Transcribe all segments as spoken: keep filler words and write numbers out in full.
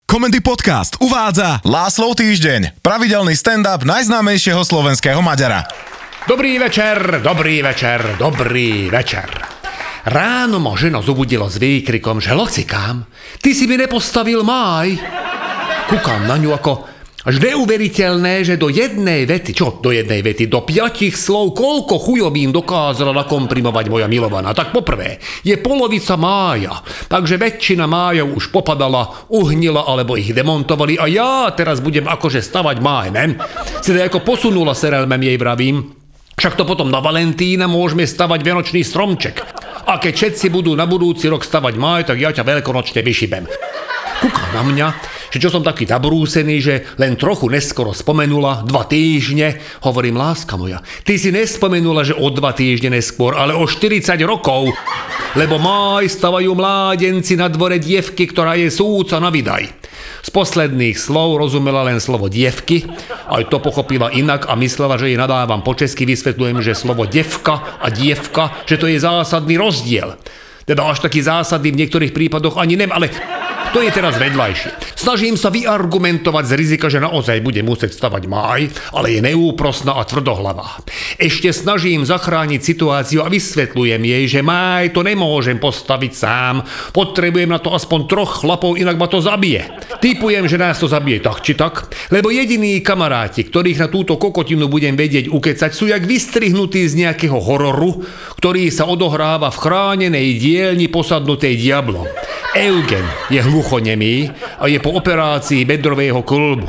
Komendy Podcast uvádza Láslov týždeň, pravidelný stand-up najznámejšieho slovenského Maďara. Dobrý večer, dobrý večer, dobrý večer. Ráno ma žena zobudila s výkrikom, že Lacikám, ty si mi nepostavil máj. Kúkam na ňu ako až neuveriteľné, že do jednej vety, čo do jednej vety, do piatich slov, koľko chujobín dokázala nakomprimovať moja milovaná. Tak poprvé, je polovica mája, takže väčšina májov už popadala, uhnila alebo ich demontovali a ja teraz budem akože stavať máj, ne? Si to ako posunula serelmem jej vravím, však to potom na Valentína môžeme stavať vianočný stromček. A keď všetci budú na budúci rok stavať máj, tak ja ťa veľkonočne vyšibem. Kúka na mňa, že čo som taký nabrúsený, že len trochu neskoro spomenula, dva týždne. Hovorím, láska moja, ty si nespomenula, že o dva týždne neskôr, ale o štyridsať rokov. Lebo máj stavajú mládenci na dvore dievky, ktorá je súca na vydaj. Z posledných slov rozumela len slovo dievky, aj to pochopila inak a myslela, že jej nadávam po česky, vysvetľujem, že slovo dievka a dievka, že to je zásadný rozdiel. Teda až taký zásadný v niektorých prípadoch ani nem, ale to je teraz vedľajšie. Snažím sa vyargumentovať z rizika, že naozaj bude musieť stavať máj, ale je neúprosná a tvrdohlavá. Ešte snažím zachrániť situáciu a vysvetľujem jej, že máj to nemôžem postaviť sám. Potrebujem na to aspoň troch chlapov, inak ma to zabije. Typujem, že nás to zabije tak či tak, lebo jediní kamaráti, ktorých na túto kokotinu budem vedieť ukecať, sú jak vystrihnutí z nejakého hororu, ktorý sa odohráva v chránenej dielni posadnutej diablom. Eugen je hluchonemý a je po operácii bedrového kĺbu.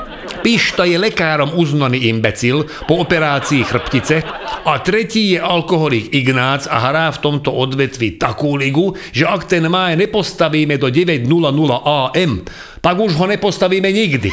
Pišta je lekárom uznaný imbecil po operácii chrbtice a tretí je alkoholik Ignác a hrá v tomto odvetvi takú ligu, že ak ten máj nepostavíme do deväť nula nula á em, pak už ho nepostavíme nikdy.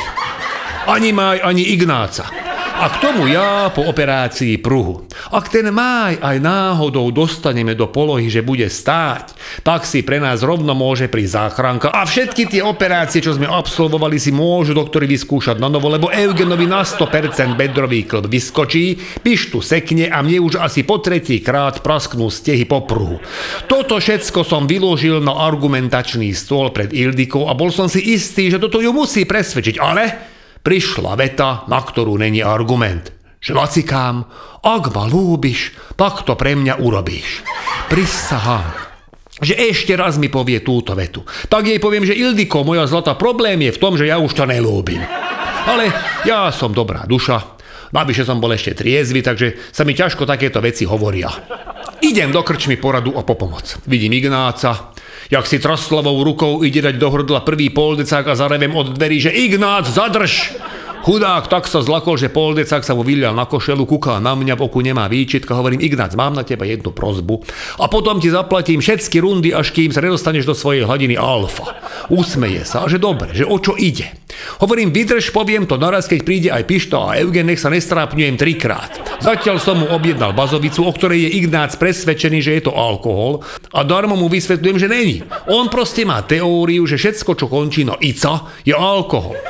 Ani máj, ani Ignáca. A k tomu ja po operácii pruhu. Ak ten máj aj náhodou dostaneme do polohy, že bude stáť, tak si pre nás rovno môže prísť záchranka a všetky tie operácie, čo sme absolvovali, si môžu doktori vyskúšať na novo, lebo Eugenovi na sto percent bedrový klb vyskočí, pištu sekne a mne už asi po tretí krát prasknú stehy po pruhu. Toto všetko som vyložil na argumentačný stôl pred Ildikou a bol som si istý, že toto ju musí presvedčiť, ale prišla veta, na ktorú není argument. Že Lacikám, ak ma ľúbiš, tak to pre mňa urobíš. Prisahám, že ešte raz mi povie túto vetu. Tak jej poviem, že Ildiko, moja zlata, problém je v tom, že ja už ťa nelúbim. Ale ja som dobrá duša, navyše som bol ešte triezvy, takže sa mi ťažko takéto veci hovoria. Idem do krčmy poradu o pomoc. Vidím Ignáca, jak si traslavou rukou ide dať do hrdla prvý poldecák a zarevem od dverí, že Ignác, zadrž! Chudák tak sa zlakol, že poldecák sa mu vylial na košelu, kúka na mňa, v oku nemá výčitka, hovorím, Ignác, mám na teba jednu prosbu a potom ti zaplatím všetky rundy, až kým sa nedostaneš do svojej hladiny alfa. Usmeje sa, že dobre, že o čo ide. Hovorím, vydrž, poviem to naraz, keď príde aj Pišta a Eugen, nech sa nestrápňujem trikrát. Zatiaľ som mu objednal bazovicu, o ktorej je Ignác presvedčený, že je to alkohol a darmo mu vysvetľujem, že není. On proste má teóriu, že všetko, čo končí na ica, je alkohol.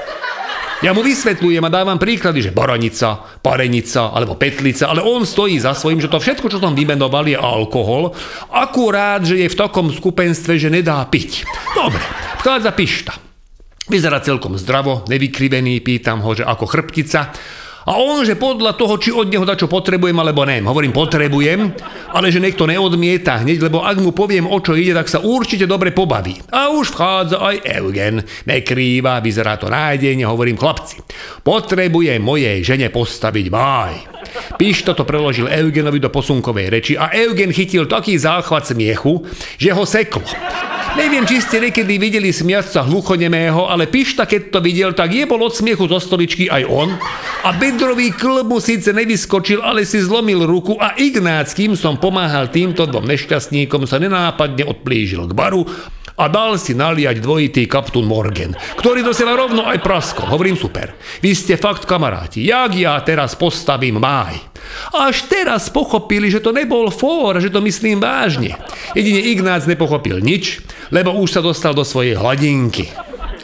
Ja mu vysvetľujem a dávam príklady, že baranica, parenica alebo petlica, ale on stojí za svojím, že to všetko, čo som vymenoval, je alkohol, akurát, že je v takom skupenstve, že nedá piť. Dobre, vchádza Pišta. Vyzerá celkom zdravo, nevykrivený, pýtam ho, že ako chrbtica. A on, že podľa toho, či od neho dačo potrebujem, alebo nem. Hovorím, potrebujem, ale že niekto neodmieta hneď, lebo ak mu poviem, o čo ide, tak sa určite dobre pobaví. A už vchádza aj Eugen. Nekrýva, vyzerá to nádejne, hovorím, chlapci, potrebujem mojej žene postaviť máj. Pišta to preložil Eugenovi do posunkovej reči a Eugen chytil taký záchvat smiechu, že ho seklo. Neviem, či ste niekedy videli smiať sa hluchonemého, ale Pišta, keď to videl, tak jebol od smiechu zo stoličky aj on. A bedrový klb mu síce nevyskočil, ale si zlomil ruku a Ignác, kým som pomáhal týmto dvom nešťastníkom, sa nenápadne odplížil k baru a dal si naliať dvojitý Captain Morgan, ktorý do seba rovno aj praskol. Hovorím, super, vy ste fakt kamaráti, jak ja teraz postavím máj. Až teraz pochopili, že to nebol fór, že to myslím vážne. Jedine Ignác nepochopil nič, lebo už sa dostal do svojej hladinky.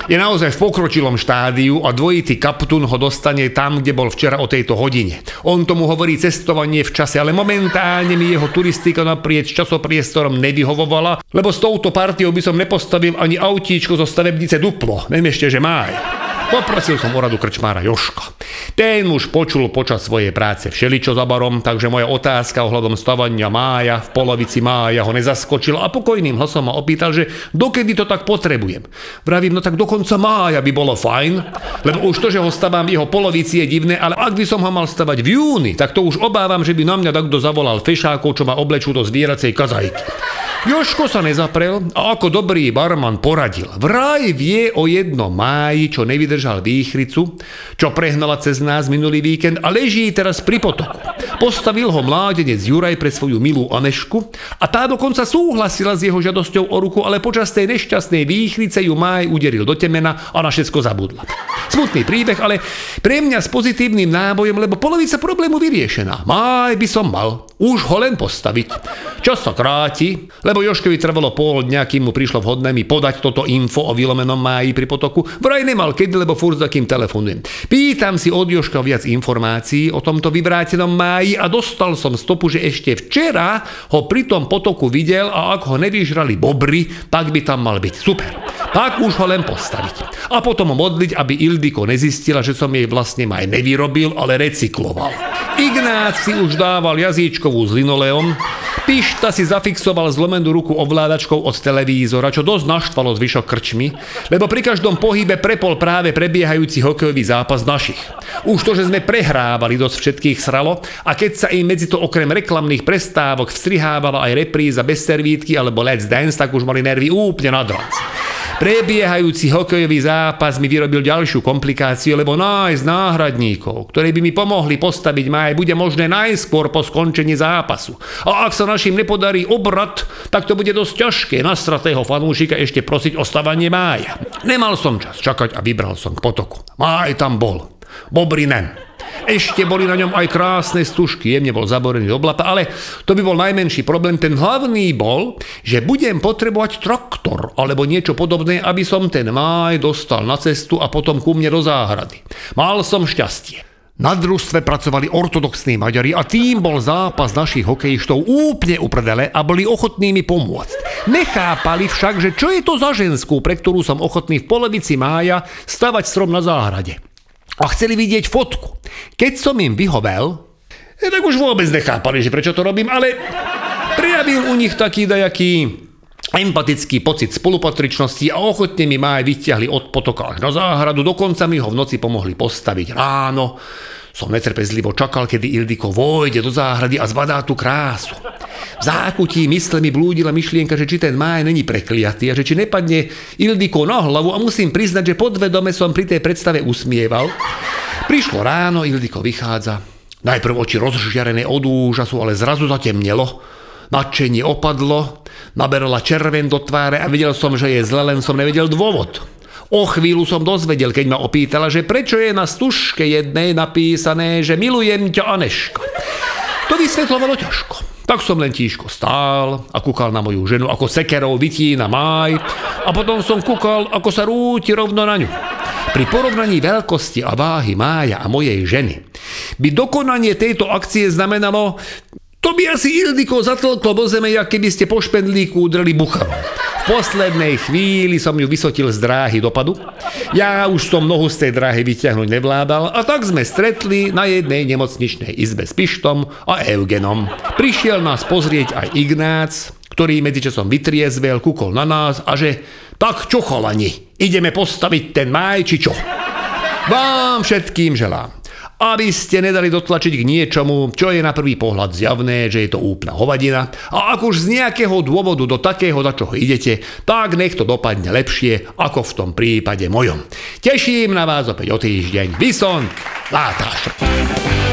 Je naozaj v pokročilom štádiu a dvojitý kaptún ho dostane tam, kde bol včera o tejto hodine. On tomu hovorí cestovanie v čase, ale momentálne mi jeho turistika naprieč časopriestorom nevyhovovala, lebo s touto partiou by som nepostavil ani autíčko zo stavebnice Duplo, neviem ešte, že máj. Poprosil som o radu krčmára Joška. Ten už počul počas svojej práce všeličo za barom, takže moja otázka ohľadom stavania mája v polovici mája ho nezaskočila a pokojným hlasom ma opýtal, že dokedy to tak potrebujem. Vravím, no tak do konca mája by bolo fajn, lebo už to, že ho stavám v jeho polovici je divné, ale ak by som ho mal stavať v júni, tak to už obávam, že by na mňa takto zavolal fešákov, čo ma oblečú do zvieracej kazajky. Joško sa nezaprel a ako dobrý barman poradil. Vraj vie o jednom máji, čo nevydržal výchricu, čo prehnala cez nás minulý víkend a leží teraz pri potoku. Postavil ho mládenec Juraj pre svoju milú Anešku a tá dokonca súhlasila s jeho žiadosťou o ruku, ale počas tej nešťastnej výchrice ju máj uderil do temena a na všetko zabudla. Smutný príbeh, ale pre mňa s pozitívnym nábojom, lebo polovica problému vyriešená. Máj by som mal už ho len postaviť. Čas sa kráti, lebo Joškovi trvalo pol dňa, kým mu prišlo vhodné mi podať toto info o vylomenom máji pri potoku. Vraj nemal kedy, lebo furt za kým telefonujem. Pýtam si od Joška viac informácií o tomto vyvrátenom máji a dostal som stopu, že ešte včera ho pri tom potoku videl a ak ho nevyžrali bobry, tak by tam mal byť. Super. Tak už ho len postaviť. A potom modliť, aby Ildiko nezistila, že som jej vlastne máj nevyrobil, ale recykloval. Ignác si už dával jazyčkovú s linoleom, Pišta si zafixoval zlomenú ruku ovládačkou od televízora, čo dosť naštvalo zvyšok krčmy, lebo pri každom pohybe prepol práve prebiehajúci hokejový zápas našich. Už to, že sme prehrávali, dosť všetkých sralo a keď sa im medzi to okrem reklamných prestávok vstrihávala aj repríza bez servítky alebo Let's Dance, tak už mali nervy úplne nad ráz. Prebiehajúci hokejový zápas mi vyrobil ďalšiu komplikáciu, lebo nájsť náhradníkov, ktorí by mi pomohli postaviť máj, bude možné najskôr po skončení zápasu. A ak sa našim nepodarí obrat, tak to bude dosť ťažké nastratého fanúšika ešte prosiť o stavanie mája. Nemal som čas čakať a vybral som k potoku. Máj tam bol. Bobrinen. Ešte boli na ňom aj krásne stužky, jemne bol zaborený do blata, ale to by bol najmenší problém. Ten hlavný bol, že budem potrebovať traktor alebo niečo podobné, aby som ten máj dostal na cestu a potom ku mne do záhrady. Mal som šťastie. Na družstve pracovali ortodoxní Maďari a tým bol zápas našich hokejistov úplne uprdele a boli ochotní mi pomôcť. Nechápali však, že čo je to za ženskú, pre ktorú som ochotný v polovici mája stavať strom na záhrade. A chceli vidieť fotku. Keď som im vyhovel, tak už vôbec nechápali, že prečo to robím, ale prejavil u nich taký dajaký empatický pocit spolupatričnosti a ochotne mi máj vyťahli od potoka až na záhradu, dokonca mi ho v noci pomohli postaviť ráno. Som netrpezlivo čakal, kedy Ildiko vojde do záhrady a zbadá tú krásu. V zákutí mysle mi blúdila myšlienka, že či ten máj není prekliatý a že či nepadne Ildiko na hlavu a musím priznať, že podvedome som pri tej predstave usmieval. Prišlo ráno, Ildiko vychádza. Najprv oči rozžiarené od úžasu, ale zrazu zatemnelo. Nadšenie opadlo, naberala červen do tváre a videl som, že je zle, len som nevedel dôvod. O chvíľu som dozvedel, keď ma opýtala, že prečo je na stužke jednej napísané, že milujem ťa Aneška. To vysvetľovalo ťažko. Tak som len tížko stál a kúkal na moju ženu, ako sekerou vytína máj a potom som kúkal, ako sa rúti rovno na ňu. Pri porovnaní veľkosti a váhy mája a mojej ženy by dokonanie tejto akcie znamenalo, to by asi Ildiko zatlklo do zeme, jak keby ste po špendlíku udreli bucharom. V poslednej chvíli som ju vysotil z dráhy dopadu. Ja už som nohu z tej dráhy vyťahnuť nevládal a tak sme stretli na jednej nemocničnej izbe s Pištom a Eugenom. Prišiel nás pozrieť aj Ignác, ktorý medzičasom vytriezvel, kúkol na nás a že tak čo chalani, ideme postaviť ten máj či čo? Vám všetkým želám, aby ste nedali dotlačiť k niečomu, čo je na prvý pohľad zjavné, že je to úplná hovadina a ak už z nejakého dôvodu do takého, za čoho idete, tak nech to dopadne lepšie ako v tom prípade mojom. Teším na vás opäť o týždeň. Bison Látáš.